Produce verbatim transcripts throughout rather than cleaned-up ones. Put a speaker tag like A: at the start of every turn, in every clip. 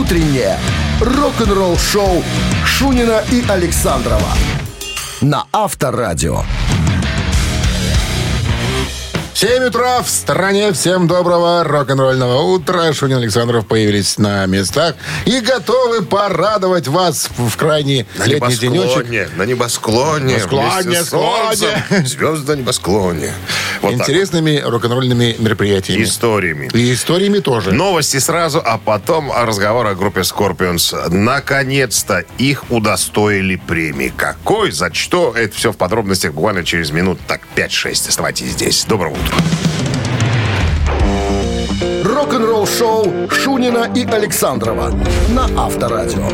A: Утреннее рок-н-ролл-шоу Шунина и Александрова на Авторадио.
B: семь утра в стране. Всем доброго рок-н-ролльного утра. Шунин, Александров появились на местах и готовы порадовать вас в крайне
C: на
B: летний денечек.
C: На небосклоне.
B: Небосклоне,
C: склоне. Звезды на небосклоне. Вот
B: интересными рок-н-ролльными мероприятиями.
C: Историями.
B: И историями тоже.
C: Новости сразу, а потом разговор о группе Scorpions. Наконец-то их удостоили премии. Какой, за что? Это все в подробностях буквально через минут так пять-шесть. Оставайтесь здесь. Доброго утра.
A: Рок-н-ролл-шоу Шунина и Александрова на Авторадио.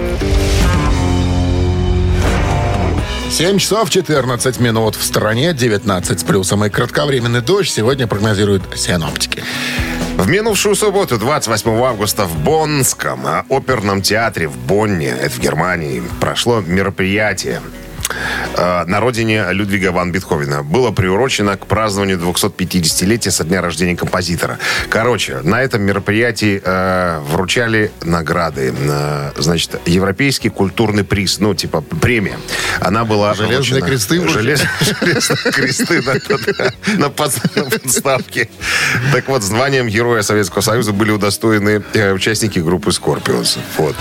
B: семь часов четырнадцать минут в стране, девятнадцать с плюсом и кратковременный дождь сегодня прогнозируют синоптики.
C: В минувшую субботу, двадцать восьмого августа, в Боннском оперном театре в Бонне, это в Германии, прошло мероприятие на родине Людвига ван Бетховена. Было приурочено к празднованию двухсотпятидесятилетия со дня рождения композитора. Короче, на этом мероприятии э, вручали награды. Э, значит, Европейский культурный приз, ну, типа премия. Она была
B: Железные
C: вручена...
B: кресты.
C: Желез... Железные кресты на подставке. Так вот, званием Героя Советского Союза были удостоены участники группы Scorpions. Вот.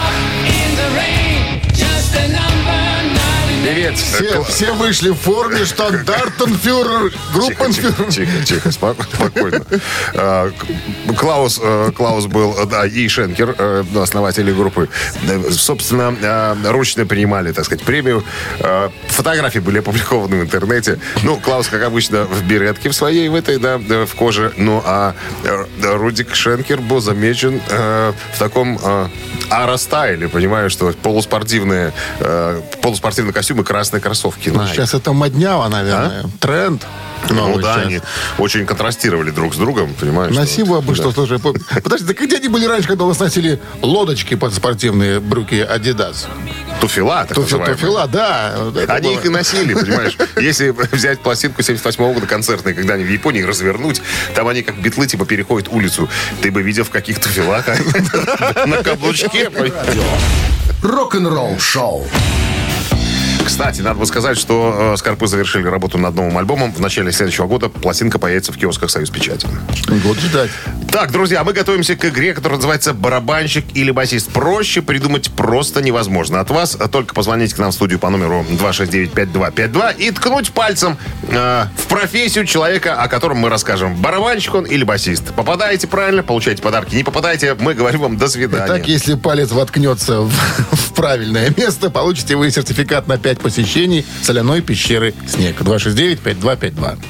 C: Привет.
B: Все, все вышли в форме, штандартенфюрер, группенфюрер.
C: Тихо, тихо, тихо, спокойно. Клаус, Клаус был, да, и Шенкер, основатели группы, собственно, ручно принимали, так сказать, премию. Фотографии были опубликованы в интернете. Ну, Клаус, как обычно, в беретке в своей, в этой, да, в коже. Ну, а Рудик Шенкер был замечен в таком ара-стайле, понимаешь, что полуспортивные, полуспортивный костюм и красные кроссовки.
B: Ну, сейчас это моднява, наверное. А? Тренд.
C: Ну да, сейчас. Они очень контрастировали друг с другом, понимаешь?
B: Носи бы,
C: вот,
B: что, да. Слушай, подожди, да где они были раньше, когда у нас носили лодочки под спортивные брюки Adidas?
C: Туфела, так
B: Туфи, Туфела, да.
C: Они было. Их и носили, понимаешь? Если взять пластинку семьдесят восьмого года концертной, когда они в Японии развернуть, там они как битлы типа переходят улицу. Ты бы видел в каких туфелах на каблучке.
A: Рок-н-ролл шоу.
C: Кстати, надо бы сказать, что э, Скорпы завершили работу над новым альбомом. В начале следующего года пластинка появится в киосках «Союз Печати».
B: Год ждать.
C: Так, друзья, мы готовимся к игре, которая называется «Барабанщик или басист». Проще придумать просто невозможно. От вас только позвонить к нам в студию по номеру два шесть девять пять два пять два и ткнуть пальцем э, в профессию человека, о котором мы расскажем. Барабанщик он или басист. Попадаете правильно, получаете подарки. Не попадаете, мы говорим вам до свидания.
B: Так, если палец воткнется в, в правильное место, получите вы сертификат на пять посещений соляной пещеры «Снег». два шесть девять пять два пять два.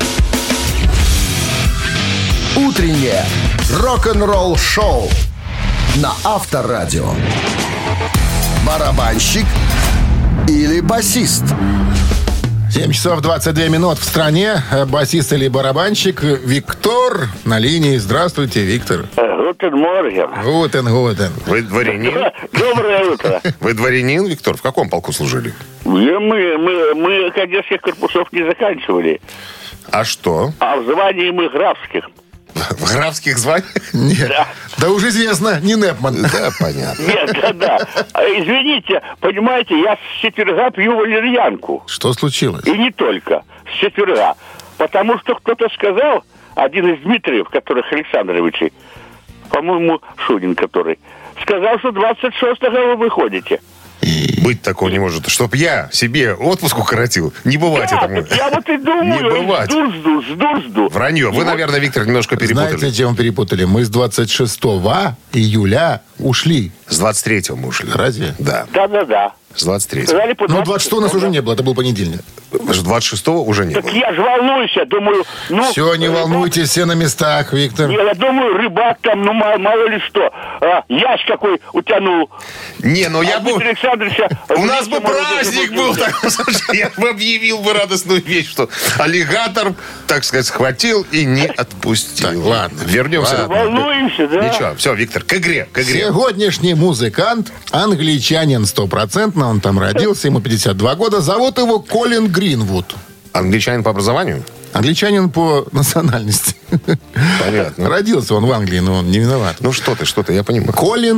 A: Утреннее рок-н-ролл шоу на Авторадио. Барабанщик или басист?
B: семь часов двадцать две минут в стране. Басист или барабанщик Виктор на линии. Здравствуйте, Виктор.
D: Гутен морген.
B: Гутен, гутен.
C: Вы дворянин?
D: Доброе утро.
C: Вы дворянин, Виктор? В каком полку служили?
D: Мы, мы, мы кадетских корпусов не заканчивали.
C: А что?
D: А в звании мы графских.
C: В графских званиях?
B: Нет.
D: Да.
B: Да уже известно, не Непман.
C: Да, понятно.
D: Нет, да, да. Извините, понимаете, я с четверга пью валерьянку.
B: Что случилось?
D: И не только. С четверга. Потому что кто-то сказал, один из Дмитриев, которых Александровичей, по-моему, Шунин который, сказал, что двадцать шестого вы выходите.
C: Быть такого не может. Чтоб я себе отпуск укоротил. Не бывать
D: да,
C: этому.
D: Я вот и думаю,
C: не бывать.
D: жду, жду, жду, жду.
C: Вранье. Вы,
D: вот...
C: наверное, Виктор, немножко перепутали.
B: Знаете, чем перепутали? Мы с двадцать шестого июля ушли.
C: С двадцать третьего мы ушли.
B: Разве?
C: Да.
D: Да-да-да.
C: С двадцать третьего.
B: Ну, двадцать шестого у нас уже не было, это был понедельник.
C: двадцать шестого уже не
D: так
C: было.
D: я же волнуюсь, я думаю... Ну,
B: все, не
D: рыбак...
B: волнуйтесь, все на местах, Виктор.
D: Не, я думаю, рыбак там, ну, мало, мало ли что. А, ящ какой утянул.
C: Не, ну я
D: а
C: бы...
D: Александровича...
C: У нас бы праздник был. Я бы объявил бы радостную вещь, что аллигатор, так сказать, схватил и не отпустил.
B: Так, ладно.
C: Вернемся.
D: Волнуемся, да?
C: Ничего, все, Виктор, к игре, к игре.
B: Сегодняшний музыкант, англичанин стопроцентно, он там родился, ему пятьдесят два года. Зовут его Колин Гринвуд.
C: Англичанин по образованию?
B: Англичанин по национальности.
C: Понятно.
B: Родился он в Англии, но он не виноват.
C: Ну что ты, что ты, я понимаю.
B: Колин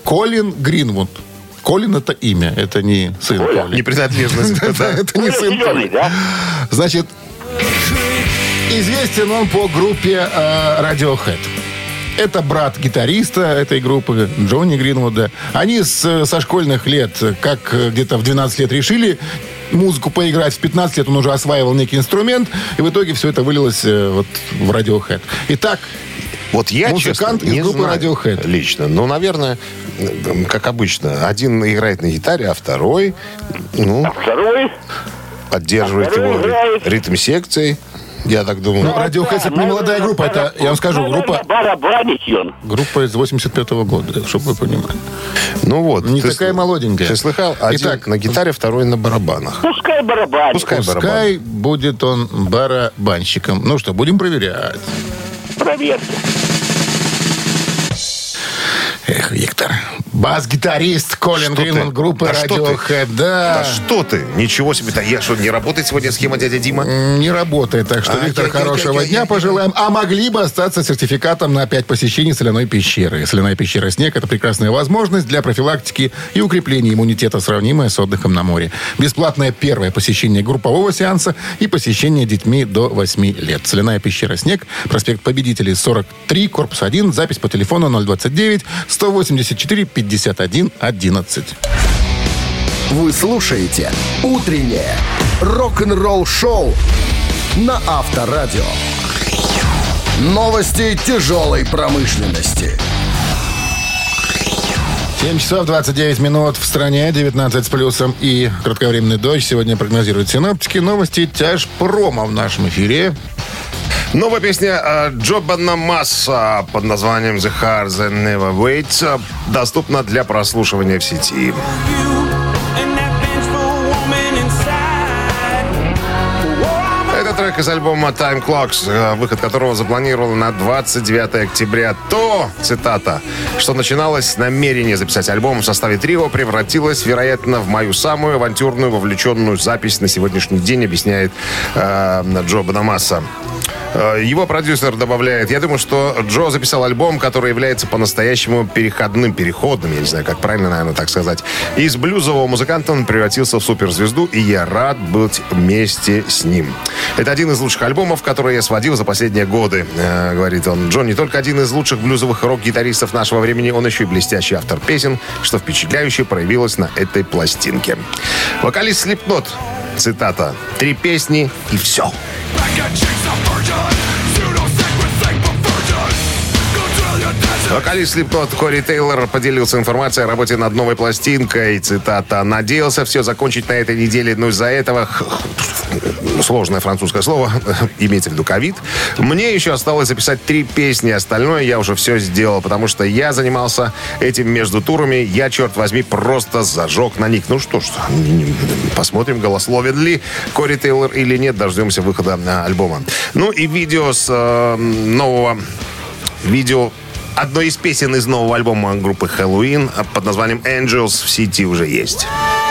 B: Колин Гринвуд. Колин — это имя, это не сын Коли.
C: Не принадлежность.
B: Это не сын
D: Зеленый,
B: Коли.
D: да?
B: Значит, известен он по группе э, Radiohead. Это брат гитариста этой группы, Джонни Гринвуда. Они с, со школьных лет, как где-то в двенадцать лет решили музыку поиграть. В пятнадцать лет он уже осваивал некий инструмент. И в итоге все это вылилось э, вот, в Radiohead. Итак,
C: вот я,
B: музыкант
C: честно,
B: из
C: не
B: группы
C: знаю
B: Radiohead.
C: лично. Ну, наверное, как обычно, один играет на гитаре, а второй, ну,
D: А второй?
C: поддерживает
D: А второй
C: его
D: играет.
C: ритм секцией. Я так думаю.
B: Ну, Radiohead — это не молодая группа. Это, я вам скажу, группа,
D: Барабанить он.
B: группа из восемьдесят пятого года, чтобы вы понимали.
C: Ну вот.
B: Не
C: ты
B: такая
C: с-
B: молоденькая.
C: Ты слыхал? Один
B: Итак,
C: на гитаре, второй на барабанах.
D: Пускай барабанит.
C: Пускай барабан.
B: Пускай будет он барабанщиком. Ну что, будем проверять.
D: Проверьте.
B: Эх, Виктор. Бас-гитарист Колин
C: Что
B: Гринвуд,
C: ты?
B: группы
C: Да что ты?
B: Radiohead.
C: Да
B: Да.
C: что ты? Ничего себе. Да я что, не работает сегодня схема дядя Дима?
B: Не работает, так что,
C: А,
B: Виктор,
C: я- я-
B: хорошего
C: я- я-
B: дня
C: я-
B: пожелаем. А могли бы остаться сертификатом на пять посещений соляной пещеры. Соляная пещера «Снег» — это прекрасная возможность для профилактики и укрепления иммунитета, сравнимая с отдыхом на море. Бесплатное первое посещение группового сеанса и посещение детьми до восьми лет. Соляная пещера «Снег», проспект Победителей, сорок три, корпус один, запись по телефону ноль двадцать девять сто восемьдесят четыре пятьдесят один одиннадцать.
A: Вы слушаете «Утреннее рок-н-ролл-шоу» на Авторадио. Новости тяжелой промышленности.
B: семь часов двадцать девять минут в стране, девятнадцать с плюсом и кратковременный дождь. Сегодня прогнозируют синоптики. Новости тяжпрома в нашем эфире.
C: Новая песня э, Джо Банамасса под названием «The Heart That Never Waits» э, доступна для прослушивания в сети. Это трек из альбома Time Clocks, э, выход которого запланирован на двадцать девятое октября. То, цитата, что начиналось с намерения записать альбом в составе трио, превратилось, вероятно, в мою самую авантюрную, вовлеченную запись на сегодняшний день, объясняет э, Джо Банамасса. Его продюсер добавляет: я думаю, что Джо записал альбом, который является по-настоящему переходным, переходным, я не знаю, как правильно, наверное, так сказать. Из блюзового музыканта он превратился в суперзвезду, и я рад быть вместе с ним. Это один из лучших альбомов, которые я сводил за последние годы, э, говорит он. Джо не только один из лучших блюзовых рок-гитаристов нашего времени, он еще и блестящий автор песен, что впечатляюще проявилось на этой пластинке. Вокалист Slipknot, цитата, «Три песни и все». Вокалист Slipknot Кори Тейлор поделился информацией о работе над новой пластинкой. Цитата: «Надеялся все закончить на этой неделе, но из-за этого...» Сложное французское слово, имеется в виду ковид. «Мне еще осталось записать три песни, остальное я уже все сделал, потому что я занимался этим между турами. Я, черт возьми, просто зажег на них». Ну что ж, посмотрим, голословен ли Кори Тейлор или нет. Дождемся выхода альбома. Ну и видео с э, нового... Видео одной из песен из нового альбома группы Helloween под названием «Angels» в сети уже есть.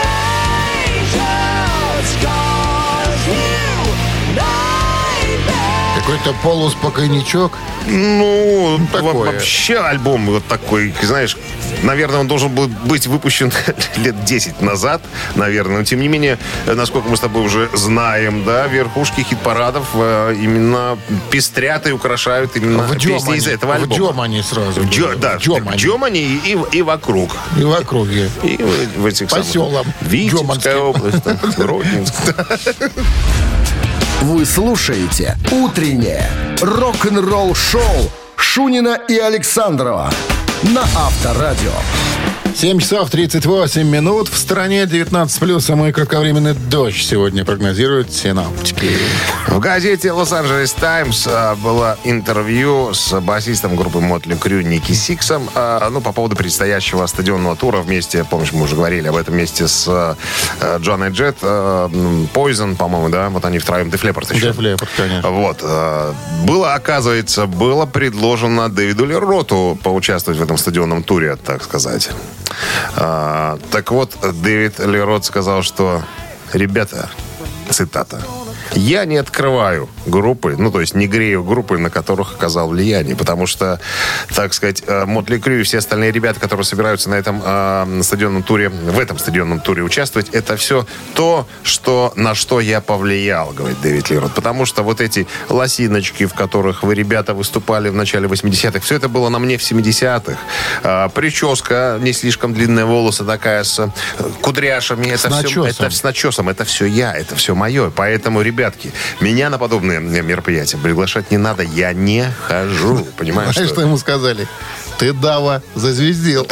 B: Какой-то полуспокойничок.
C: Ну,
B: такое.
C: во- вообще альбом вот такой, знаешь, наверное, он должен был быть выпущен лет десять назад, наверное. Но, тем не менее, насколько мы с тобой уже знаем, да, верхушки хит-парадов э, именно пестрят и украшают именно
B: В
C: песни из этого альбома.
B: В Демане сразу.
C: В Дё- да,
B: В Демане.
C: в Демане и, и, и вокруг.
B: И в округе.
C: И в, в этих
B: По
C: самых...
B: селам.
C: Витебская
B: Деманским.
C: область, там, Гродненск.
A: Вы слушаете «Утреннее рок-н-ролл-шоу» Шунина и Александрова на Авторадио.
B: семь часов тридцать восемь минут. В стране девятнадцать с плюсом и кратковременный дождь сегодня прогнозируют синоптики.
C: В газете «Лос-Анджелес Таймс» а, было интервью с басистом группы Мотли Крю Ники Сиксом, а, ну, по поводу предстоящего стадионного тура вместе, помнишь, мы уже говорили об этом, вместе с а, Джоной Джет, а, Poison, по-моему, да, вот они втроем, Def Leppard еще.
B: Def Leppard, конечно.
C: Вот. а, Было, оказывается, было предложено Дэвиду Ли Роту поучаствовать в этом стадионном туре, так сказать. А, так вот, Дэвид Ли Рот сказал, что: ребята, цитата, Я не открываю группы, ну, то есть не грею группы, на которых оказал влияние, потому что, так сказать, Мотли Крю и все остальные ребята, которые собираются на этом э, стадионном туре, в этом стадионном туре участвовать, это все то, что, на что я повлиял, говорит Дэвид Ли Рот. Потому что вот эти лосиночки, в которых вы, ребята, выступали в начале восьмидесятых, все это было на мне в семидесятых. Э, прическа, не слишком длинные волосы такая с кудряшами. Это
B: с
C: все, это с начесом. Это все я, это все мое. Поэтому, ребятки, меня на подобные мероприятия приглашать не надо. Я не хожу. Понимаешь,
B: Знаешь, что ему сказали? Ты, Дава, зазвездил.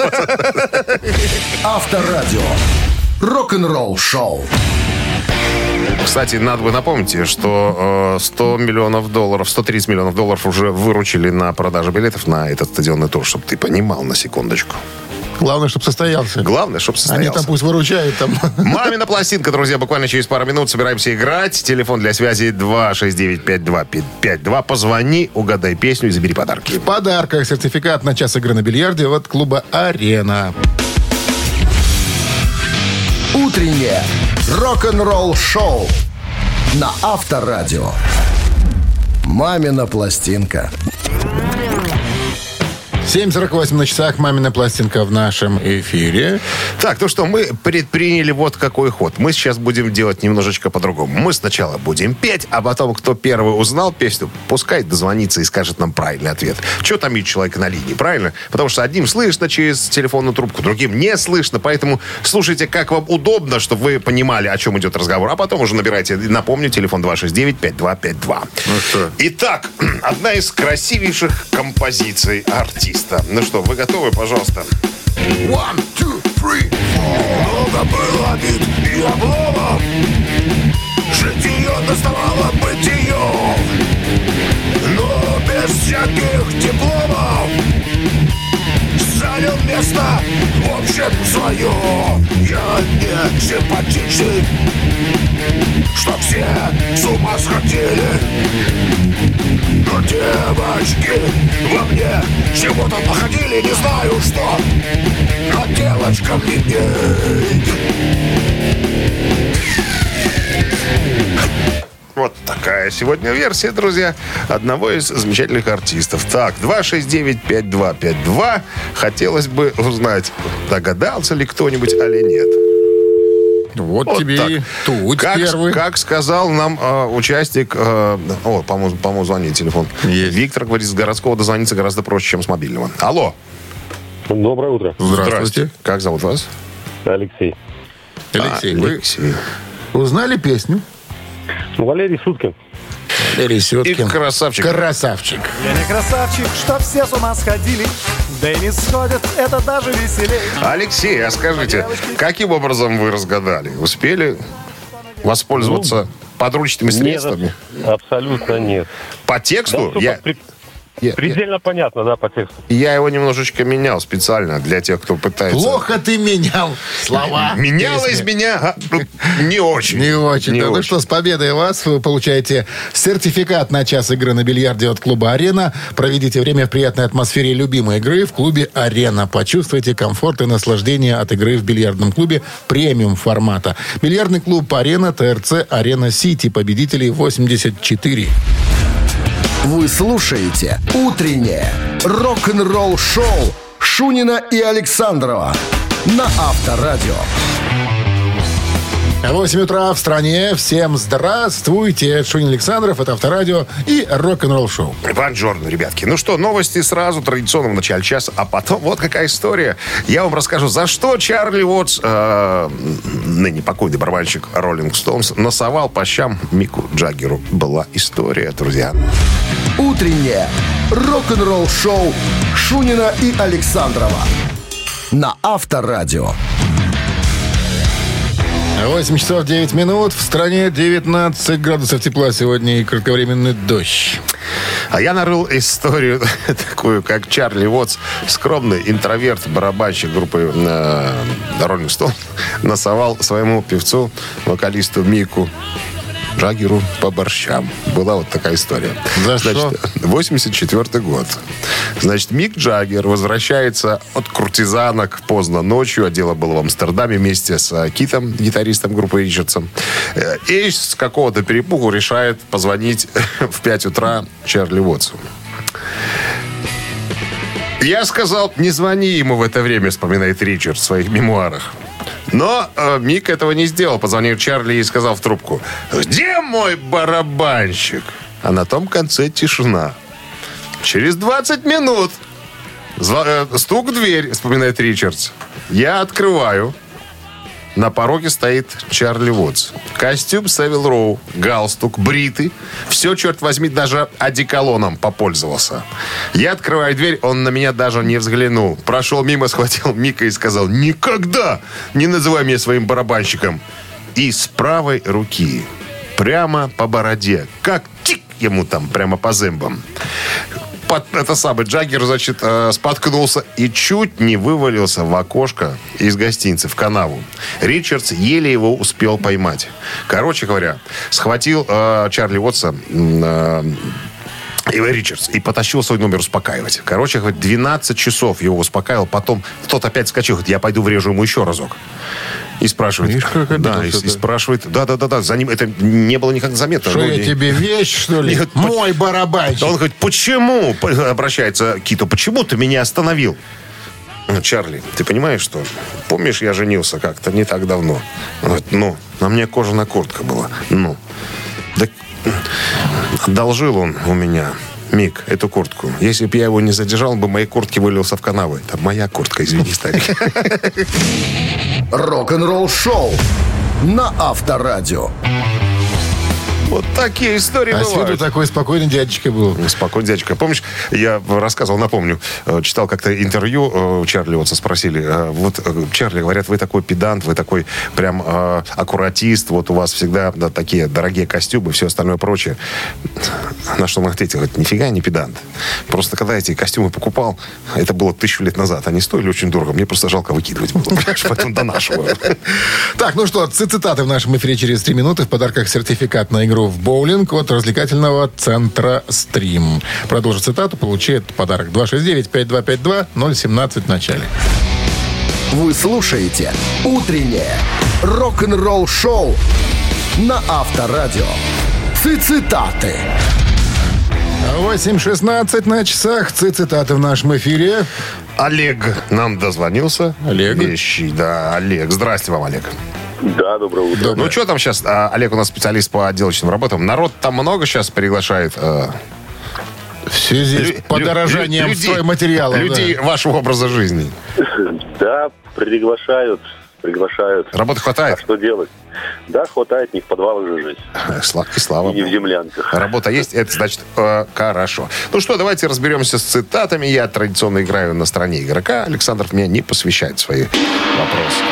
A: Авторадио. Рок-н-ролл шоу.
C: Кстати, надо бы напомнить, что э, сто миллионов долларов, сто тридцать миллионов долларов уже выручили на продаже билетов на этот стадионный тур, чтобы ты понимал на секундочку.
B: Главное, чтобы состоялся.
C: Главное, чтобы состоялся.
B: Они там пусть выручают. Там.
C: «Мамина пластинка», друзья, буквально через пару минут собираемся играть. Телефон для связи два шесть девять пять два пять два. Позвони, угадай песню и забери подарки.
B: В подарках сертификат на час игры на бильярде от клуба «Арена».
A: Утреннее рок-н-ролл шоу на Авторадио. «Мамина пластинка».
B: семь сорок восемь на часах. «Мамина пластинка» в нашем эфире.
C: Так, ну что, мы предприняли вот какой ход. Мы сейчас будем делать немножечко по-другому. Мы сначала будем петь, а потом, кто первый узнал песню, пускай дозвонится и скажет нам правильный ответ. Что там есть человек на линии, правильно? Потому что одним слышно через телефонную трубку, другим не слышно. Поэтому слушайте, как вам удобно, чтобы вы понимали, о чем идет разговор. А потом уже набирайте, напомню, телефон два шесть девять пять два пять два.
B: Ну что?
C: Итак, одна из красивейших композиций артиста. Ну что, вы готовы, пожалуйста?
A: One, two, three, four.
E: Много было обид и обломов. Житие доставало бытие. Но без всяких дипломов занял место в общем свое. Я не симпатичный, что все с ума сходили. Но девочки во мне чего-то находили, не знаю что, но девочкам видней.
C: Вот такая сегодня версия, друзья, одного из замечательных артистов. Так, два шесть девять пять два пять два. Хотелось бы узнать, догадался ли кто-нибудь, или нет.
B: Вот,
C: Вот
B: тебе
C: так.
B: и тут
C: Как,
B: первый.
C: как сказал нам э, участник, э, о, по-моему, по-моему, звонит телефон.
B: Есть.
C: Виктор говорит, с городского дозвониться гораздо проще, чем с мобильного. Алло.
F: Доброе утро.
B: Здравствуйте.
C: Как зовут вас?
F: Алексей.
B: Алексей,
C: А,
B: вы
C: Алексей.
B: узнали песню?
F: Валерий Суткин.
B: Валерий
C: И
B: Сюткин.
C: красавчик.
B: Красавчик.
G: Я не красавчик, что все с ума сходили. Да и не сходят, это даже веселее.
C: Алексей, а скажите, каким образом вы разгадали? Успели воспользоваться подручными средствами?
F: Нет, абсолютно нет.
C: По тексту?
F: Да,
C: я,
F: при-
C: я-
F: предельно понятно, да, по тексту.
C: я его немножечко менял специально для тех, кто пытается...
B: Плохо ты менял слова.
C: Меняла из
B: песни.
C: меня а, ну, не очень.
B: Не очень.
C: Не
B: Да. Ну
C: очень.
B: что, с победой вас. Вы получаете сертификат на час игры на бильярде от клуба «Арена». Проведите время в приятной атмосфере любимой игры в клубе «Арена». Почувствуйте комфорт и наслаждение от игры в бильярдном клубе премиум формата. Бильярдный клуб «Арена», ТРЦ «Арена Сити». Победителей восемьдесят четыре.
A: Вы слушаете «Утреннее рок-н-ролл-шоу» Шунина и Александрова на Авторадио.
B: восемь утра в стране. Всем здравствуйте. Шунин Александров, это Авторадио и рок-н-ролл шоу.
C: Бонжорно, ребятки. Ну что, новости сразу, традиционно в начале часа, а потом вот какая история. Я вам расскажу, за что Чарли Уотс, э, ныне покойный барабанщик Роллинг Стоунс, носовал по щам Мику Джаггеру. Была история, друзья.
A: Утреннее рок-н-ролл-шоу Шунина и Александрова на Авторадио.
B: восемь часов девять минут. В стране девятнадцать градусов тепла сегодня и кратковременный дождь.
C: А я нарыл историю такую, как Чарли Уотс, скромный интроверт, барабанщик группы э, Rolling Stone, носовал своему певцу, вокалисту Мику Джаггеру по борщам. Была вот такая история.
B: За
C: Значит,
B: что?
C: восемьдесят четвёртый год. Значит, Мик Джаггер возвращается от куртизанок поздно ночью, а дело было в Амстердаме, вместе с Китом, гитаристом группы Ричардсом. И с какого-то перепугу решает позвонить в пять утра Чарли Уотсу. Я сказал, не звони ему в это время, вспоминает Ричард в своих мемуарах. Но э, Мик этого не сделал. Позвонил Чарли и сказал в трубку: «Где мой барабанщик?» А на том конце тишина. Через двадцать минут зва- э, стук в дверь, вспоминает Ричардс. Я открываю. На пороге стоит Чарли Уотс. Костюм Сэвил Роу, галстук, бритый. Все, черт возьми, даже одеколоном попользовался. Я открываю дверь, он на меня даже не взглянул. Прошел мимо, схватил Мика и сказал: «Никогда не называй меня своим барабанщиком». И с правой руки, прямо по бороде, как тик ему там, прямо по зэмбам. Под, это самый Джаггер, значит, э, споткнулся и чуть не вывалился в окошко из гостиницы в канаву. Ричардс еле его успел поймать. Короче говоря, схватил э, Чарли Уотса э, и Ричардс и потащил свой номер успокаивать. Короче говоря, двенадцать часов его успокаивал. Потом тот опять вскочил, говорит: «Я пойду врежу ему еще разок». И спрашивает,
B: Видишь, как
C: да, и, и спрашивает, да-да-да, за ним это не было никак заметно.
B: Что,
C: Ну,
B: я
C: не-
B: тебе вещь, что ли?
C: Нет,
B: Мой барабанщик.
C: Он говорит: «Почему?» Обращается к Киту: «Почему ты меня остановил?» «Чарли, ты понимаешь, что? Помнишь, я женился как-то не так давно?» Он говорит: «Ну, на мне кожаная куртка была. Ну, да одолжил он у меня, Мик, эту куртку. Если бы я его не задержал, он бы моей куртки вылился в канаву. Это моя куртка, извини, старик».
A: Рок-н-ролл шоу на Авторадио.
C: Вот такие истории
B: А с виду
C: бывают.
B: такой спокойный дядечка был.
C: Спокойно, дядечка. Помнишь, я рассказывал, напомню, э, читал как-то интервью э, у Чарли Уотса, спросили, э, вот, э, Чарли, говорят, вы такой педант, вы такой прям э, аккуратист, вот у вас всегда да, такие дорогие костюмы, все остальное прочее. На что он ответил: говорит, нифига не педант. Просто когда эти костюмы покупал, это было тысячу лет назад, они стоили очень дорого, мне просто жалко выкидывать было, понимаешь, поэтому донашиваю.
B: Так, ну что, цитаты в нашем эфире через три минуты. В подарках сертификат на игру в боулинг от развлекательного центра «Стрим». Продолжит цитату, получает подарок. два шесть девять пять два пять два ноль семнадцать в начале.
A: Вы слушаете «Утреннее рок-н-ролл-шоу» на Авторадио. Цитаты.
B: восемь шестнадцать на часах. Цитаты в нашем эфире.
C: Олег нам дозвонился.
B: Олег.
C: Вещи, да, Олег. Здрасте вам, Олег.
F: Да, доброе утро.
C: Ну, что там сейчас? а, Олег у нас специалист по отделочным работам. Народ там много сейчас приглашает. а,
B: В связи
C: лю-
B: с подорожанием
C: лю- людей-
B: стройматериалов. да.
C: Людей вашего образа жизни.
F: Да, приглашают, приглашают.
C: Работы
F: А
C: хватает?
F: что делать? Да, хватает, не в подвалах же жить.
C: Сла- И слава
F: И не в
C: Богу.
F: землянках.
C: Работа есть, это значит э, хорошо. Ну что, давайте разберемся с цитатами. Я традиционно играю на стороне игрока. Александр меня не посвящает в свои вопросы.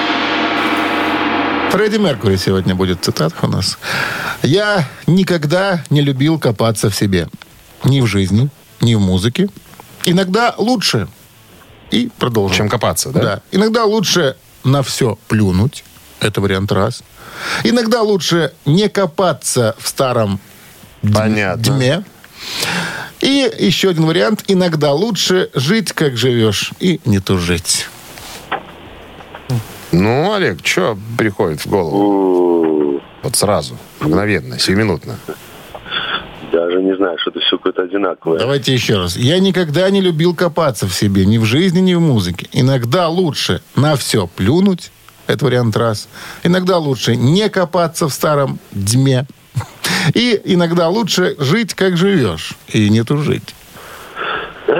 B: Фредди Меркьюри сегодня будет в цитатах у нас. «Я никогда не любил копаться в себе. Ни в жизни, ни в музыке. Иногда лучше». И продолжим.
C: Чем копаться, да?
B: Да. Иногда лучше на все плюнуть. Это вариант раз. Иногда лучше не копаться в старом дм-
C: Понятно.
B: дме. И еще один вариант. Иногда лучше жить, как живешь, и не тужить.
C: Ну, Олег, что приходит в голову? Вот сразу, мгновенно, сиюминутно.
F: Даже не знаю, что это все какое-то одинаковое.
B: Давайте еще раз. Я никогда не любил копаться в себе. Ни в жизни, ни в музыке. Иногда лучше на все плюнуть. Это вариант раз. Иногда лучше не копаться в старом дме. И иногда лучше жить, как живешь. И не тужить.
F: А,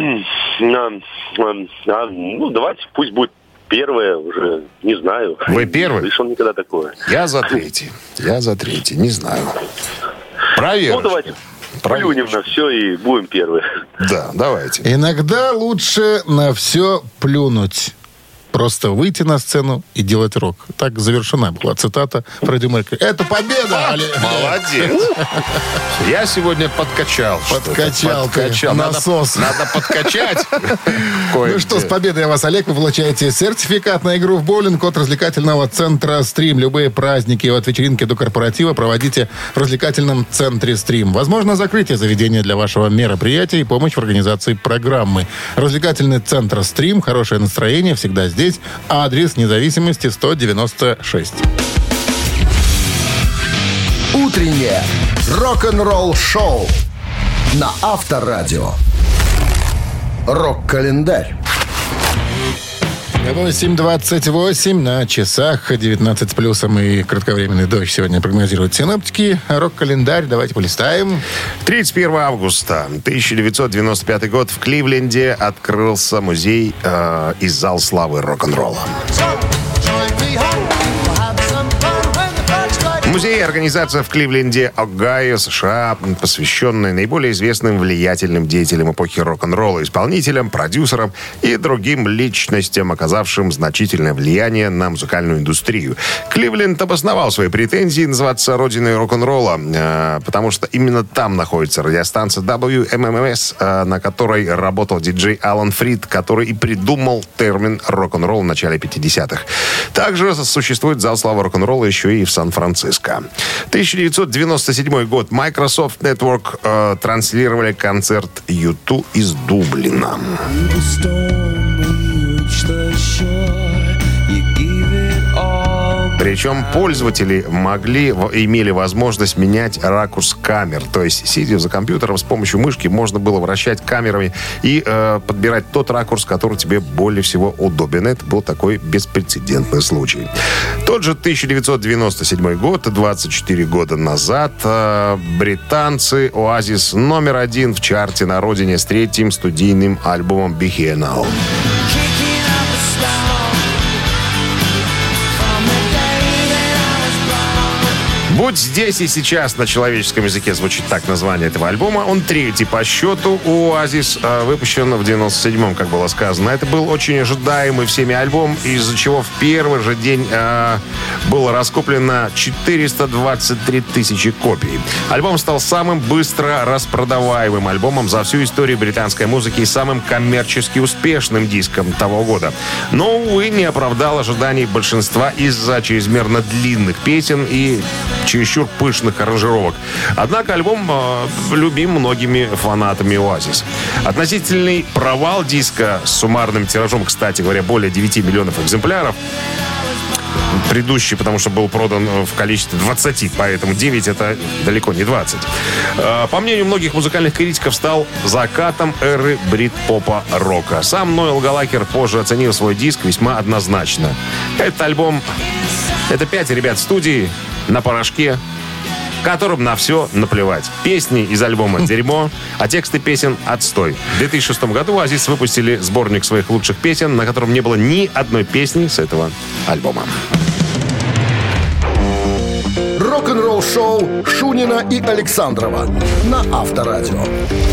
F: а, ну, давайте, пусть будет первое, уже не знаю.
C: Вы первый?
F: Не слышал никогда такое.
C: Я за третий. Я за третий. Не знаю. Проверь.
F: Ну, давайте плюнем на все и будем первые.
C: Да, давайте.
B: Иногда лучше на все плюнуть. просто выйти на сцену и делать рок. Так завершена была цитата Фредди Меркьюри. Это победа!
C: Молодец! Я сегодня подкачал.
B: Подкачал ты,
C: подкачал.
B: насос.
C: Надо, надо подкачать.
B: Ну что, с победой вас, Олег, вы получаете сертификат на игру в боулинг от развлекательного центра «Стрим». Любые праздники от вечеринки до корпоратива проводите в развлекательном центре «Стрим». Возможно, закрытие заведения для вашего мероприятия и помощь в организации программы. Развлекательный центр «Стрим». Хорошее настроение всегда здесь. Адрес Независимости сто девяносто шесть.
A: Утреннее рок-н-ролл-шоу на Авторадио. Рок-календарь.
B: восемь двадцать восемь на часах, девятнадцать с плюсом и кратковременный дождь сегодня прогнозируют синоптики. Рок-календарь, давайте полистаем.
C: тридцать первого августа тысяча девятьсот девяносто пятый год в Кливленде открылся музей э, и зал славы рок-н-ролла. Музей и организация в Кливленде, Огайо, США, посвященная наиболее известным влиятельным деятелям эпохи рок-н-ролла, исполнителям, продюсерам и другим личностям, оказавшим значительное влияние на музыкальную индустрию. Кливленд обосновал свои претензии называться родиной рок-н-ролла, э, потому что именно там находится радиостанция дабл ю эм эм эс, э, на которой работал диджей Алан Фрид, который и придумал термин рок-н-ролл в начале пятидесятых. Также существует зал славы рок-н-ролла еще и в Сан-Франциско. тысяча девятьсот девяносто седьмой год. Microsoft Network э, транслировали концерт ю ту из Дублина. Причем пользователи могли, имели возможность менять ракурс камер. То есть, сидя за компьютером, с помощью мышки можно было вращать камерами и э, подбирать тот ракурс, который тебе более всего удобен. Это был такой беспрецедентный случай. Тот же тысяча девятьсот девяносто седьмой год, двадцать четыре года назад, э, британцы Oasis номер один в чарте на родине с третьим студийным альбомом Biennial. «Будь здесь и сейчас» на человеческом языке звучит так название этого альбома. Он третий по счету у Oasis, выпущен в девяносто седьмом, как было сказано. Это был очень ожидаемый всеми альбом, из-за чего в первый же день э, было раскуплено четыреста двадцать три тысячи копий. Альбом стал самым быстро распродаваемым альбомом за всю историю британской музыки и самым коммерчески успешным диском того года. Но, увы, не оправдал ожиданий большинства из-за чрезмерно длинных песен и чересчур пышных аранжировок. Однако альбом э, любим многими фанатами Oasis. Относительный провал диска с суммарным тиражом, кстати говоря, более девяти миллионов экземпляров. Предыдущий, потому что был продан в количестве двадцати, поэтому девять это далеко не двадцать. Э, по мнению многих музыкальных критиков, стал закатом эры брит-попа рока. Сам Ноэл Галлахер позже оценил свой диск весьма однозначно. Этот альбом — это пять ребят в студии на порошке, которым на все наплевать. Песни из альбома «Дерьмо», а тексты песен «Отстой». В две тысячи шестом году Oasis выпустили сборник своих лучших песен, на котором не было ни одной песни с этого альбома.
A: Рок-н-ролл-шоу Шунина и Александрова на Авторадио.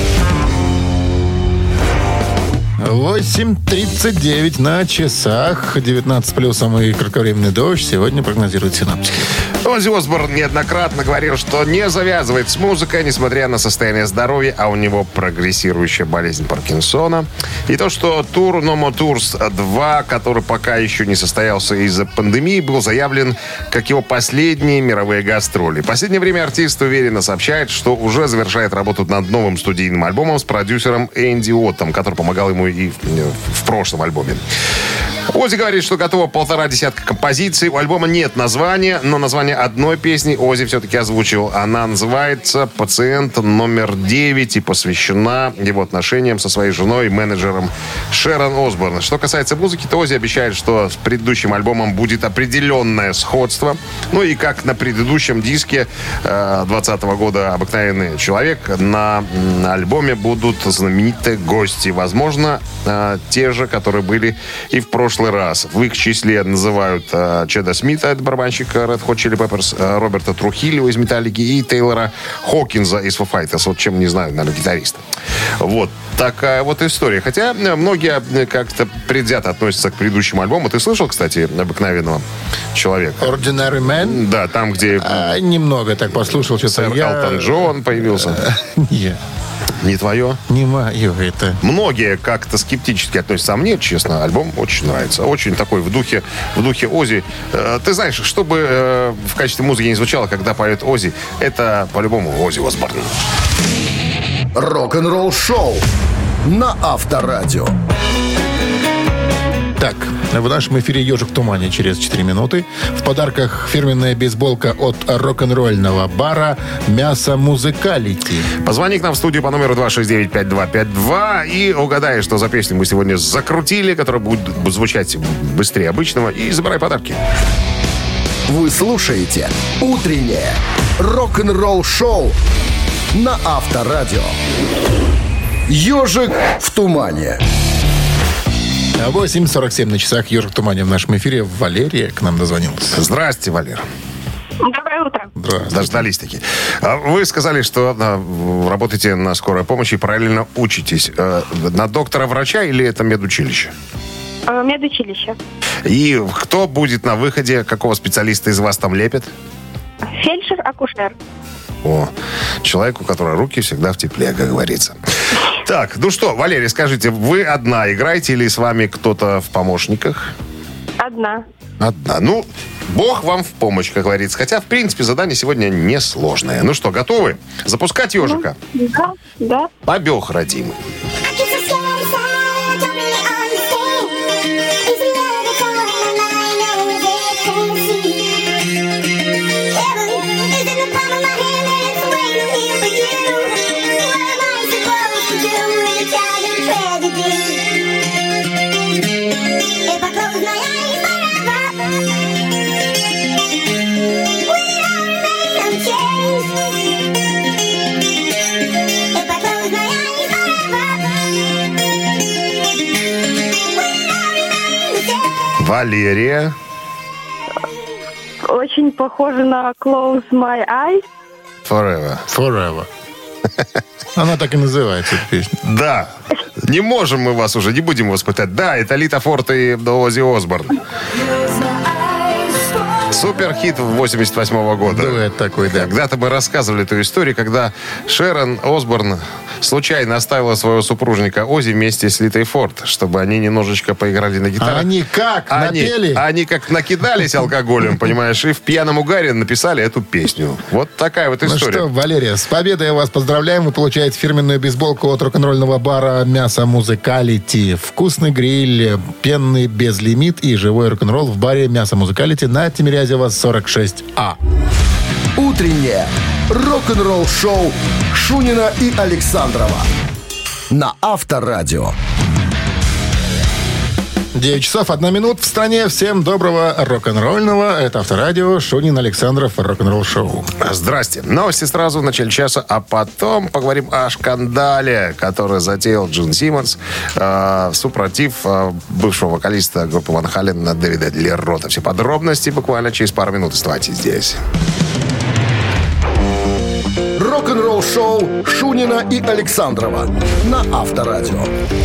B: восемь тридцать девять на часах, девятнадцать плюсом и кратковременный дождь. Сегодня прогнозируют синоптики.
C: Оззи Осборн неоднократно говорил, что не завязывает с музыкой, несмотря на состояние здоровья, а у него прогрессирующая болезнь Паркинсона. И то, что тур No More Tours два, который пока еще не состоялся из-за пандемии, был заявлен как его последние мировые гастроли. В последнее время артист уверенно сообщает, что уже завершает работу над новым студийным альбомом с продюсером Энди Уоттом, который помогал ему и в прошлом альбоме. Оззи говорит, что готово полтора десятка композиций. У альбома нет названия, но название одной песни Оззи все-таки озвучил. Она называется «Пациент номер девять» и посвящена его отношениям со своей женой и менеджером Шерон Осборн. Что касается музыки, то Оззи обещает, что с предыдущим альбомом будет определенное сходство. Ну и как на предыдущем диске двадцатого года «Обыкновенный человек», на альбоме будут знаменитые гости. Возможно, те же, которые были и в прошлом целый раз. В их числе называют э, Чеда Смита, это барабанщик Red Hot Chili Peppers, э, Роберта Трухильо из Металлики и Тейлора Хокинза из Foo Fighters. Вот чем, не знаю, наверное, гитарист. Вот такая вот история. Хотя многие как-то предвзято относятся к предыдущему альбому. Ты слышал, кстати, «Обыкновенного человека»?
B: Ordinary Man?
C: Да, там, где...
B: А, немного так послушал. Что-то
C: сэр
B: я...
C: Элтон Джон появился.
B: Нет.
C: Не твое?
B: Не мое это.
C: Многие как-то скептически относятся. А мне, честно, альбом очень нравится. Очень такой в духе, в духе Оззи. Э, ты знаешь, чтобы э, в качестве музыки не звучало, когда поет Оззи, это по-любому Оззи Осборн.
A: Рок-н-ролл шоу на Авторадио.
B: Так, в нашем эфире «Ежик в тумане» через четыре минуты. В подарках фирменная бейсболка от рок-н-ролльного бара «Мясо Музыкалити».
C: Позвони к нам в студию по номеру два шесть девять пять два пять два и угадай, что за песню мы сегодня закрутили, которая будет звучать быстрее обычного, и забирай подарки.
A: Вы слушаете «Утреннее рок-н-ролл шоу» на Авторадио. «Ежик в тумане».
B: восемь сорок семь на часах. «Ежик в тумане» в нашем эфире. Валерия к нам дозвонился.
C: Здрасте, Валера.
H: Доброе утро.
B: Здравствуйте.
C: Дождались-таки. Вы сказали, что а, работаете на скорой помощи и параллельно учитесь. А, на доктора-врача или это медучилище?
H: Э, Медучилище.
C: И кто будет на выходе? Какого специалиста из вас там лепят?
H: Фельдшер-акушер.
C: О, человек, у которого руки всегда в тепле, как говорится. Так, ну что, Валерий, скажите, вы одна играете или с вами кто-то в помощниках?
H: Одна.
C: Одна. Ну, Бог вам в помощь, как говорится. Хотя, в принципе, задание сегодня несложное. Ну что, готовы? Запускать ежика?
H: Ну, да, да.
C: Побег, родимый. Валерия.
H: Очень похоже на Close My Eyes.
C: Forever.
B: Forever. Она так и называется, эта песня.
C: Да. Не можем мы вас уже, не будем вас пытать. Да, это Лита Форд и Оззи Осборн. Суперхит восемьдесят восьмого года.
B: Дуэт такой, да.
C: Когда-то мы рассказывали эту историю, когда Шерон Осборн случайно оставила своего супружника Оззи вместе с Литой Форд, чтобы они немножечко поиграли на гитаре.
B: А они как?
C: Они,
B: Напели?
C: они как накидались алкоголем, понимаешь, и в пьяном угаре написали эту песню. Вот такая вот история.
B: Ну что, Валерия, с победой вас поздравляем. Вы получаете фирменную бейсболку от рок-н-ролльного бара «Мясо Музыкалити». Вкусный гриль, пенный безлимит и живой рок-н-ролл в баре «Мясо Музыкалити» на Тимирязева сорок шесть А.
A: Утреннее рок-н-ролл-шоу Шунина и Александрова на Авторадио.
B: девять часов одна минута в стране. Всем доброго рок-н-ролльного. Это Авторадио, Шунин, Александров, рок-н-ролл шоу.
C: Здрасте. Новости сразу в начале часа, а потом поговорим о скандале, который затеял Джин Симмонс, э, супротив э, бывшего вокалиста группы Ван Хален Дэвида Лерота. Все подробности буквально через пару минут. Оставайтесь здесь.
A: Рок-н-ролл-шоу Шунина и Александрова на Авторадио.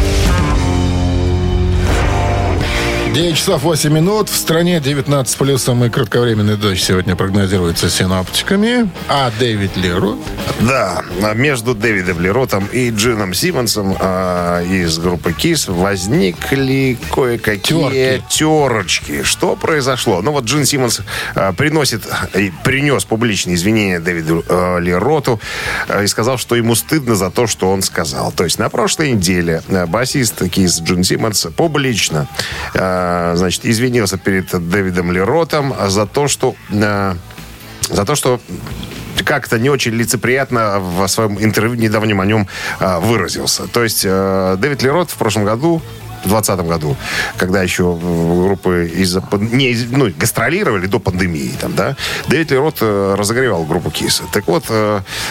B: девять часов восемь минут. В стране девятнадцать с плюсом и кратковременный дождь сегодня прогнозируется синоптиками. А Дэвид Лерот?
C: Да, между Дэвидом Леротом и Джином Симмонсом э, из группы Kiss возникли кое-какие
B: Терки.
C: терочки. Что произошло? Ну вот Джин Симмонс э, приносит и принес публичные извинения Дэвиду э, Лероту э, и сказал, что ему стыдно за то, что он сказал. То есть на прошлой неделе э, басист Kiss Джин Симмонс публично э, значит, извинился перед Дэвидом Леротом за то, что э, за то, что как-то не очень лицеприятно в своем интервью недавнем о нем э, выразился. То есть э, Дэвид Лерот в прошлом году, в двадцатом году, когда еще группы из-за, не, из, ну, гастролировали до пандемии, там, да, Дэвид Лерот э, разогревал группу Kiss. Так вот, э,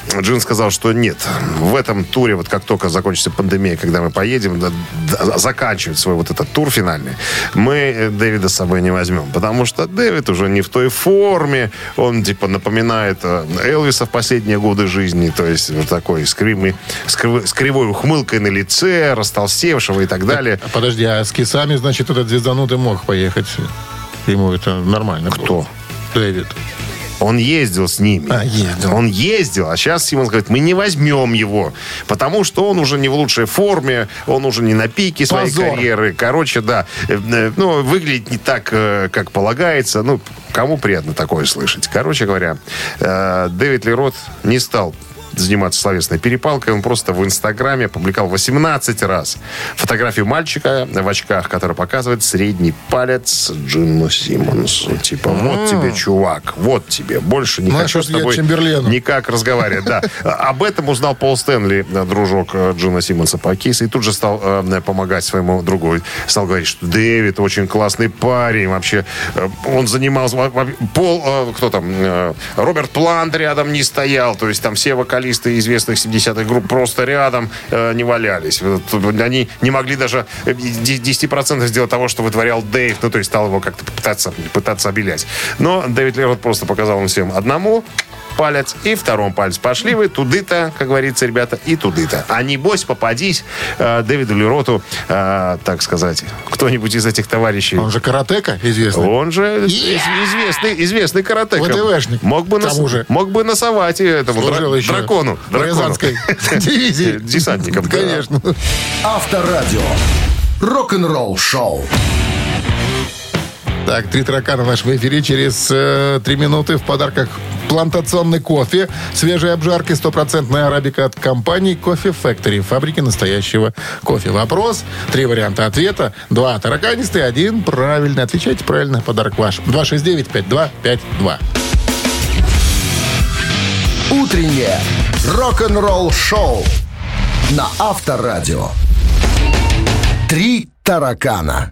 C: Джин сказал, что нет. В этом туре, вот как только закончится пандемия, когда мы поедем, да, да, заканчивать свой вот этот тур финальный, мы Дэвида с собой не возьмем. Потому что Дэвид уже не в той форме. Он, типа, напоминает Элвиса в последние годы жизни. То есть, вот такой с, кривой, с, кривой, с кривой ухмылкой на лице, растолстевшего и так далее.
B: А, подожди, а с кисами, значит, этот звезданутый мог поехать? Ему это нормально
C: Кто?
B: было. Дэвид.
C: Он ездил с ними.
B: А, ездил.
C: Он ездил, а сейчас Симмонс говорит, мы не возьмем его, потому что он уже не в лучшей форме, он уже не на пике своей
B: Позор.
C: карьеры. Короче, да, э, ну, выглядит не так, э, как полагается. Ну, кому приятно такое слышать? Короче говоря, э, Дэвид Ли Рот не стал заниматься словесной перепалкой. Он просто в Инстаграме опубликовал восемнадцать раз фотографию мальчика в очках, который показывает средний палец Джину Симмонсу. Типа, вот тебе, чувак, вот тебе. Больше не
B: Ну,
C: хочу
B: а
C: с
B: что я
C: тобой
B: Чемберлену?
C: никак разговаривать. Да. Об этом узнал Пол Стэнли, дружок Джина Симмонса по кейсу, и тут же стал э, помогать своему другу. Стал говорить, что Дэвид очень классный парень. Вообще, э, он занимался... Пол, э, кто там? Э, Роберт Плант рядом не стоял. То есть там все вокалисты известных семидесятых групп просто рядом э, не валялись. Они не могли даже десять процентов сделать того, что вытворял Дэйв. Ну, то есть стал его как-то пытаться, пытаться обелять. Но Дэвид Ли Рот просто показал им всем одному палец и втором палец. Пошли вы туды-то, как говорится, ребята, и туды-то. А небось, попадись э, Дэвиду Ли Роту, э, так сказать, кто-нибудь из этих товарищей.
B: Он же каратека известный.
C: Он же yeah! известный, известный каратека.
B: ВДВшник.
C: Мог бы, нас,
B: же.
C: мог бы насовать этому дра-
B: еще
C: дракону.
B: в Рязанской дивизии.
C: Десантником.
B: Конечно.
A: Авторадио. Рок-н-ролл шоу.
B: Так, три таракана в нашем эфире. Через э, три минуты в подарках плантационный кофе, свежей обжарки, стопроцентная арабика от компании Кофе Factory, фабрики настоящего кофе. Вопрос, три варианта ответа, два тараканистые, один правильный. Отвечайте правильно, подарок ваш. два шесть девять пять два пять два.
A: Утреннее рок-н-ролл шоу на Авторадио. Три таракана.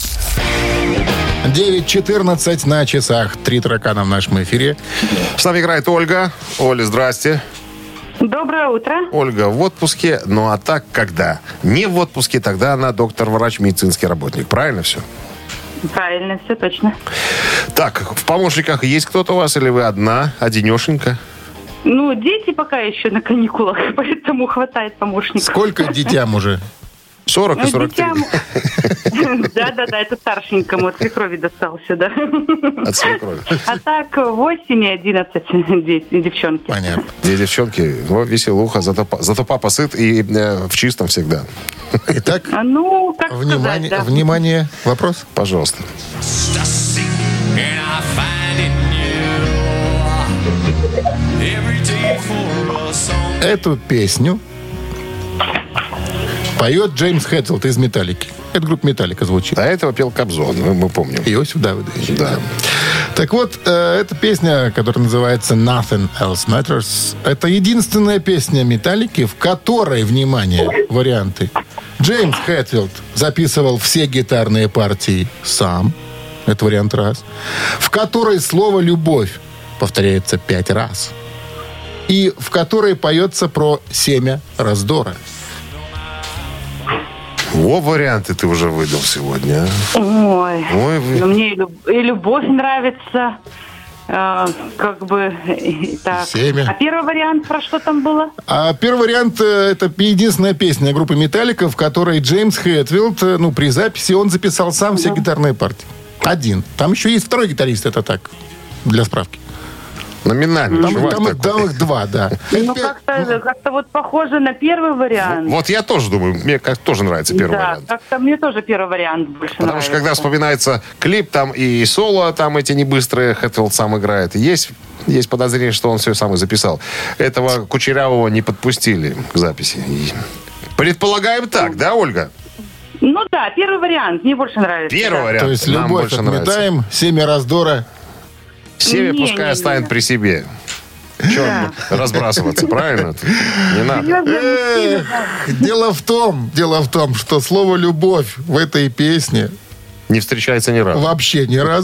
B: девять четырнадцать на часах. Три таракана в нашем эфире.
C: С нами играет Ольга. Оля, здрасте.
H: Доброе утро.
C: Ольга в отпуске, ну а так когда? Не в отпуске, тогда она доктор-врач, медицинский работник. Правильно все?
H: Правильно, все точно.
C: Так, в помощниках есть кто-то у вас или вы одна, одинешенька?
H: Ну, дети пока еще на каникулах, поэтому хватает помощников.
B: Сколько детям уже?
C: сорок и сорок три.
H: Да-да-да, это старшенькому от свекрови достался, да.
C: От свекрови.
H: А так восемь и одиннадцать девчонки.
B: Понятно.
C: Две девчонки, ну, веселуха, зато, зато папа сыт и э, в чистом всегда.
B: Итак,
H: А, ну, как
B: внимание,
H: сказать, да.
B: внимание, вопрос.
C: Пожалуйста.
B: Эту песню поет Джеймс Хэтфилд из «Металлики». Это группа «Металлика» звучит.
C: До этого пел Кобзон, мы, мы помним.
B: Иосиф Давыдович.
C: Да.
B: Так вот, э, эта песня, которая называется «Nothing Else Matters», это единственная песня «Металлики», в которой, внимание, варианты. Джеймс Хэтфилд записывал все гитарные партии сам. Это вариант раз. В которой слово «любовь» повторяется пять раз. И в которой поется про семя раздора.
C: Во, варианты ты уже выдал сегодня. А?
H: Ой,
C: Ой, вы...
H: ну, мне и, люб- и любовь нравится. Э, как бы, и так.
B: Семя.
H: А первый вариант про что там было?
B: А первый вариант э, это единственная песня группы «Металлика», в которой Джеймс Хэтфилд, э, ну, при записи он записал сам все гитарные партии. Один. Там еще есть второй гитарист, это так, для справки.
C: Номинальный
B: Там,
C: чувак
B: там, их-
C: такой.
B: там их два, да.
H: Ну, как-то, как-то вот похоже на первый вариант.
C: Вот я тоже думаю, мне как тоже нравится первый
H: да,
C: вариант.
H: как-то мне тоже первый вариант больше
C: Потому
H: нравится.
C: что когда вспоминается клип, там и соло, там эти небыстрые, Хэтфилд сам играет. Есть, есть подозрение, что он все сам и записал. Этого Кучерявого не подпустили к записи. И предполагаем так, да, Ольга?
H: Ну да, первый вариант, мне больше нравится.
C: Первый
H: да.
C: вариант
B: То есть
C: нам
B: любовь
C: больше нравится.
B: отметаем, семя раздора.
C: Семя
H: Не,
C: пускай
H: не,
C: оставит
H: не.
C: при себе. Че разбрасываться, правильно? Не надо.
H: Серьезно, мужчина,
B: Эх, дело в том, дело в том, что слово «любовь» в этой песне
C: Не встречается ни разу.
B: вообще ни разу.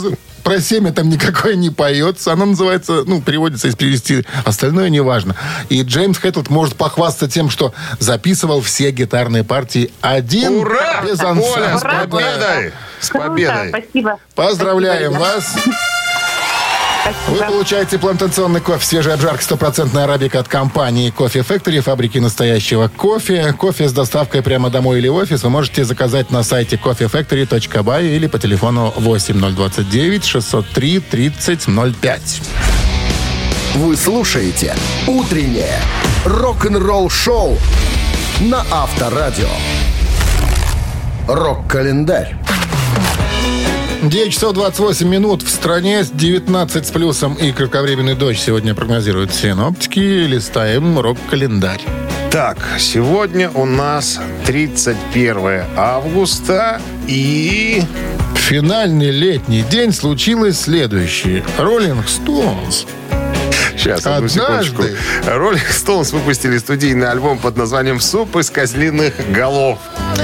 B: про семя там никакое не поется. Оно называется, ну, переводится, если перевести. Остальное не важно. И Джеймс Хэтлд может похвастаться тем, что записывал все гитарные партии один.
C: Ура!
B: Без
C: Оля, с
B: ансамбля.
C: победой! С победой!
H: Круто, спасибо.
B: Поздравляем
H: Спасибо,
B: вас. Вы
H: Спасибо.
B: получаете плантационный кофе свежей обжарки стопроцентная арабика от компании Coffee Factory, фабрики настоящего кофе. Кофе с доставкой прямо домой или в офис вы можете заказать на сайте кофе фэктори точка бай или по телефону восемь ноль двадцать девять шестьсот три тридцать ноль пять.
A: Вы слушаете «Утреннее рок-н-ролл-шоу» на Авторадио. Рок-календарь.
B: девять часов двадцать восемь минут. В стране девятнадцать с плюсом и кратковременный дождь сегодня прогнозируют синоптики. Листаем рок-календарь.
C: Так, сегодня у нас тридцать первое августа и...
B: Финальный летний день случилось следующее. Роллинг Стоунс.
C: Сейчас, одну
B: Однажды.
C: секундочку. Роллинг Стоунс выпустили студийный альбом под названием «Суп из козлиных голов».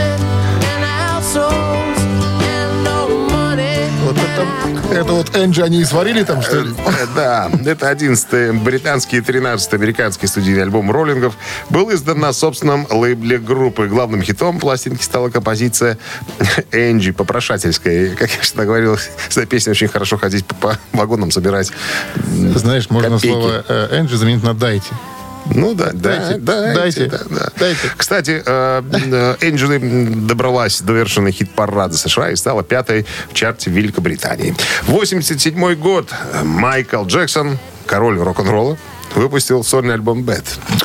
B: Вот это, это вот Энджи они и сварили там, что ли?
C: Э, Да, это одиннадцатый британский и тринадцатый американский студийный альбом роллингов. Был издан на собственном лейбле группы. Главным хитом пластинки стала композиция «Энджи», попрошательская. Как я всегда говорил, за песней очень хорошо ходить по, по вагонам, собирать
B: Знаешь, можно
C: копейки.
B: слово э, «Энджи» заменить на «дайте».
C: Ну да, да,
B: Дайте,
C: дайте,
B: дайте,
C: да, да.
B: дайте.
C: Кстати, э, э, Энджи добралась до вершины хит-парада США и стала пятой в чарте Великобритании. восемьдесят седьмой год. Майкл Джексон, король рок-н-ролла, выпустил сольный альбом «Bad».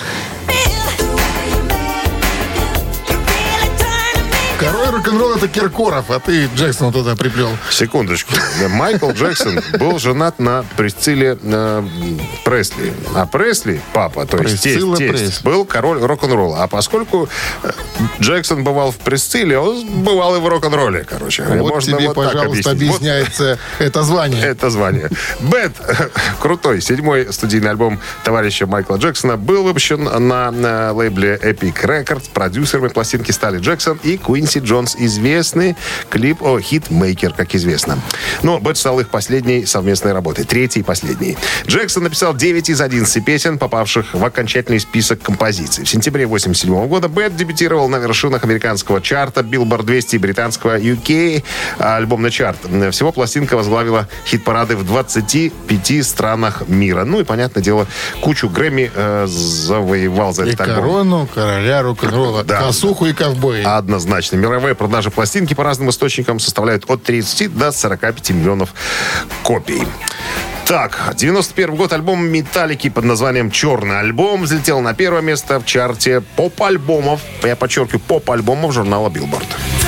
B: Король рок-н-ролла — это Киркоров, а ты Джексона туда приплел.
C: Секундочку. Майкл Джексон был женат на Присцилле э, Пресли. А Пресли, папа, то есть тесть,
B: Присцилла
C: тесть,
B: Пресли.
C: был король рок-н-ролла. А поскольку э, Джексон бывал в Присцилле, он бывал и в рок-н-ролле, короче.
B: Вот
C: Можно
B: тебе,
C: вот так
B: пожалуйста,
C: объяснить. Вот
B: объясняется это звание.
C: это звание. «Bad», крутой, седьмой студийный альбом товарища Майкла Джексона, был выпущен на, на лейбле Epic Records. Продюсерами пластинки стали Джексон и Куинси Джонс. Известный клип о «Хитмейкер», как известно. Но «Bad» стал их последней совместной работой. Третьей и последней. Джексон написал девять из одиннадцати песен, попавших в окончательный список композиций. В сентябре восемьдесят седьмого года «Bad» дебютировал на вершинах американского чарта Billboard двести и британского ю кей альбомный чарт. Всего пластинка возглавила хит-парады в двадцати пяти странах мира. Ну и, понятное дело, кучу Грэмми э, завоевал за
B: И
C: этот альбом.
B: корону короля рок-н-ролла.
C: Да.
B: Косуху и ковбои.
C: Однозначно. Мировые продажи пластинки по разным источникам составляют от тридцати до сорока пяти миллионов копий. Так, девяносто первый год. Альбом «Металлики» под названием «Черный альбом» взлетел на первое место в чарте поп-альбомов, я подчеркиваю, поп-альбомов журнала Billboard.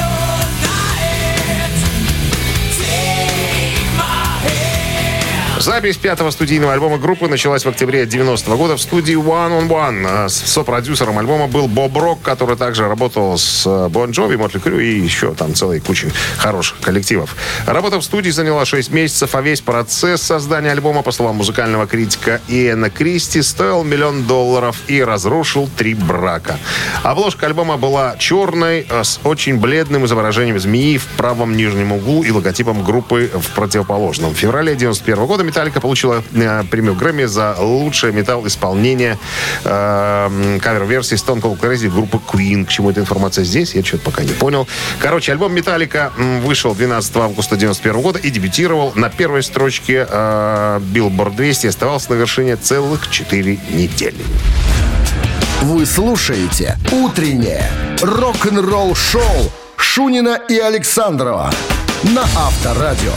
C: Запись пятого студийного альбома группы началась в октябре девяностого года в студии One on One. Сопродюсером альбома был Боб Рок, который также работал с Бон Джови, Мотли Крю и еще там целой кучей хороших коллективов. Работа в студии заняла шесть месяцев, а весь процесс создания альбома, по словам музыкального критика Иэна Кристи, стоил миллион долларов и разрушил три брака. Обложка альбома была черной, с очень бледным изображением змеи в правом нижнем углу и логотипом группы в противоположном. В феврале девяносто первого года Металлика получила э, премию Грэмми за лучшее металл-исполнение э, кавер-версии Stone Cold Crazy группы Queen. К чему эта информация здесь, я что-то пока не понял. Короче, альбом Металлика вышел двенадцатого августа девяносто первого года и дебютировал на первой строчке э, Billboard двести и оставался на вершине целых четыре недели.
A: Вы слушаете «Утреннее рок-н-ролл-шоу» Шунина и Александрова на Авторадио.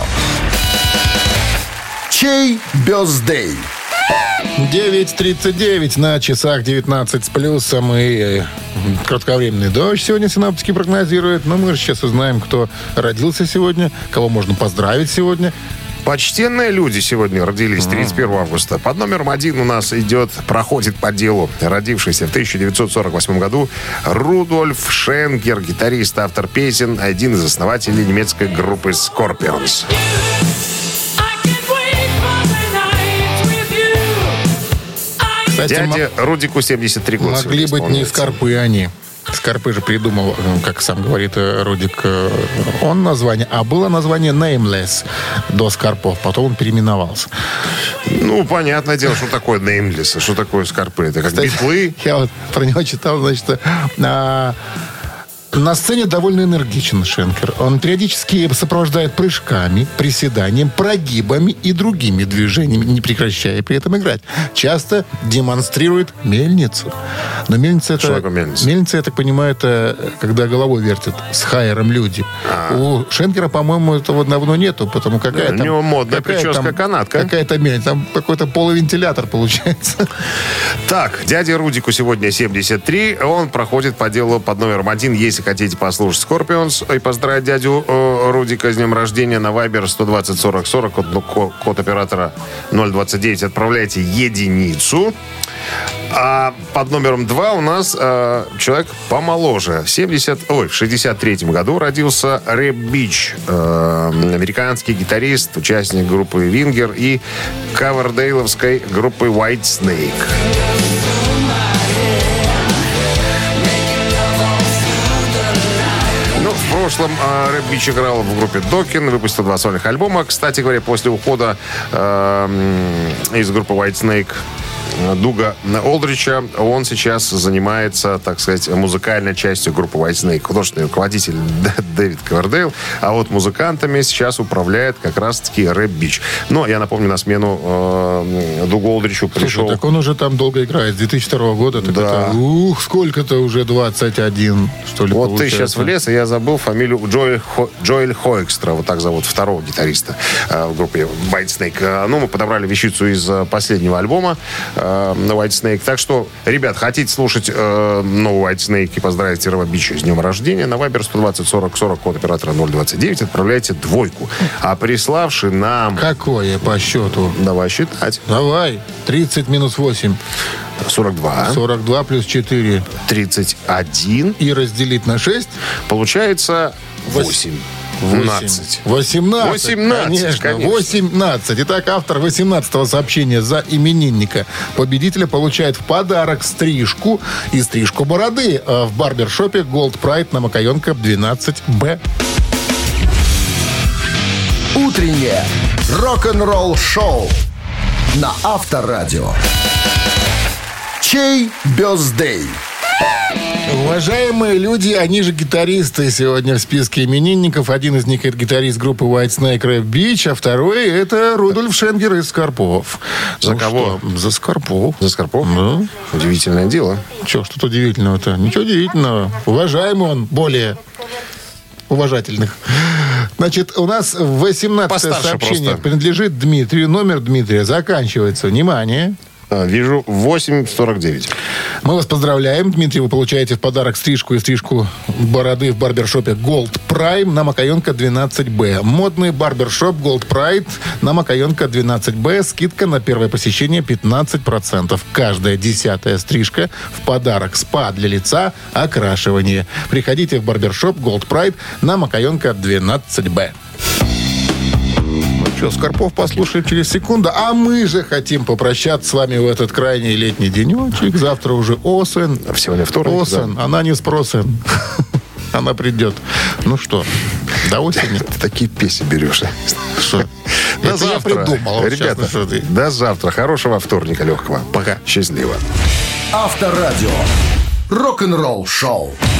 A: Чей бёздей?
B: девять тридцать девять на часах, девятнадцать с плюсом и э, кратковременный дождь сегодня синоптики прогнозируют. Но мы же сейчас узнаем, кто родился сегодня, кого можно поздравить сегодня.
C: Почтенные люди сегодня родились тридцать первого августа. Под номером один у нас идет, проходит по делу, родившийся в тысяча девятьсот сорок восьмом году Рудольф Шенкер, гитарист, автор песен, один из основателей немецкой группы Scorpions.
B: Кстати,
C: Дяде Рудику семьдесят три года.
B: могли быть не
C: исполняется.
B: Скорпы они. Скорпы же придумал, как сам говорит Рудик, он название, а было название Nameless до Скорпов, потом он переименовался.
C: Ну, понятное дело, что такое Nameless, что такое Скорпы. Это как
B: Кстати,
C: битлы.
B: Я вот про него читал, значит, а, на сцене довольно энергичен Шенкер. Он периодически сопровождает прыжками, приседанием, прогибами и другими движениями, не прекращая при этом играть. Часто демонстрирует мельницу. Но мельница это...
C: Что такое мельница?
B: Мельница, я так понимаю, это когда головой вертят с хайером люди. А. У Шенкера, по-моему, этого давно нету, потому какая
C: У
B: там...
C: него модная
B: какая
C: прическа
B: там,
C: канатка.
B: Какая-то мельница. Там какой-то полувентилятор получается.
C: Так, дяде Рудику сегодня семьдесят три. Он проходит по делу под номером один. Если хотите послушать Scorpions и поздравить дядю э, Рудика с днем рождения, на Viber сто двадцать сорок сорок, код, код оператора ноль двадцать девять, отправляйте единицу. А под номером два у нас э, человек помоложе. В семьдесят, ой, в шестьдесят третьем году родился Рэб Бич, э, американский гитарист, участник группы Вингер и кавердейловской группы White Snake. В прошлом э, Рэб Бич играл в группе Докин, выпустил два сольных альбома. Кстати говоря, после ухода э, из группы White Snake Дуга Олдрича, он сейчас занимается, так сказать, музыкальной частью группы White Snake. Художественный руководитель Дэвид Ковердейл, а вот музыкантами сейчас управляет как раз-таки Рэб Бич. Но я напомню, на смену э, Дугу Олдричу пришел...
B: Слушай, так он уже там долго играет, с две тысячи второго года. Так
C: да.
B: Это, ух, сколько-то уже, двадцать один, что ли,
C: Вот
B: получается.
C: ты сейчас влез, и я забыл фамилию Джоэль, Хо, Джоэль Хоэкстра, вот так зовут второго гитариста э, в группе White Snake. Э, ну, мы подобрали вещицу из э, последнего альбома на White Snake. Так что, ребят, хотите слушать э, новый White Snake и поздравить Рэба Бича с днем рождения, на Viber сто двадцать сорок сорок, код оператора ноль двадцать девять, отправляйте двойку. А приславший нам...
B: Какое по счету?
C: Давай считать.
B: Давай. тридцать минус восемь.
C: сорок два.
B: сорок два плюс четыре.
C: тридцать один.
B: И разделить на шесть.
C: Получается восемь.
B: восемнадцать. восемнадцать.
C: восемнадцать,
B: конечно,
C: конечно.
B: восемнадцать. Итак, автор восемнадцатого сообщения за именинника победителя получает в подарок стрижку и стрижку бороды в барбершопе Gold Pride на Макаенко двенадцать Б.
A: Утреннее рок-н-ролл-шоу на Авторадио. Чей бёздей?
B: Уважаемые люди, они же гитаристы сегодня в списке именинников. Один из них — это гитарист группы White Snake Рэб Бич, а второй — это Рудольф Шенгер из Скорпов.
C: За
B: ну
C: кого?
B: Что? За Скорпов.
C: За Скорпов?
B: Да.
C: Удивительное дело.
B: Че, что-то удивительного-то? Ничего удивительного. Уважаемый он, более уважательных. Значит, у нас восемнадцатое сообщение
C: просто.
B: Принадлежит Дмитрию. Номер Дмитрия заканчивается. Внимание.
C: Вижу восемь сорок девять.
B: Мы вас поздравляем, Дмитрий. Вы получаете в подарок стрижку и стрижку бороды в барбершопе Gold Prime на Макаенко двенадцать Б. Модный барбершоп Gold Pride на Макаенко двенадцать Б. Скидка на первое посещение пятнадцать процентов. Каждая десятая стрижка в подарок. Спа для лица, окрашивание. Приходите в барбершоп Gold Pride на Макаенко двенадцать Б. Что, Скорпов послушаем через секунду. А мы же хотим попрощаться с вами в этот крайний летний денечек. Завтра уже осень.
C: Сегодня вторник.
B: Осень.
C: Да.
B: Она не спросен. Она придет. Ну что, до осени.
C: Ты такие песни берешь.
B: Что?
C: До
B: Это
C: завтра.
B: я придумал.
C: Ребята,
B: Сейчас, ну, что ты?
C: до завтра. Хорошего вторника легкого.
B: Пока.
C: Счастливо.
A: Авторадио. Рок-н-ролл шоу.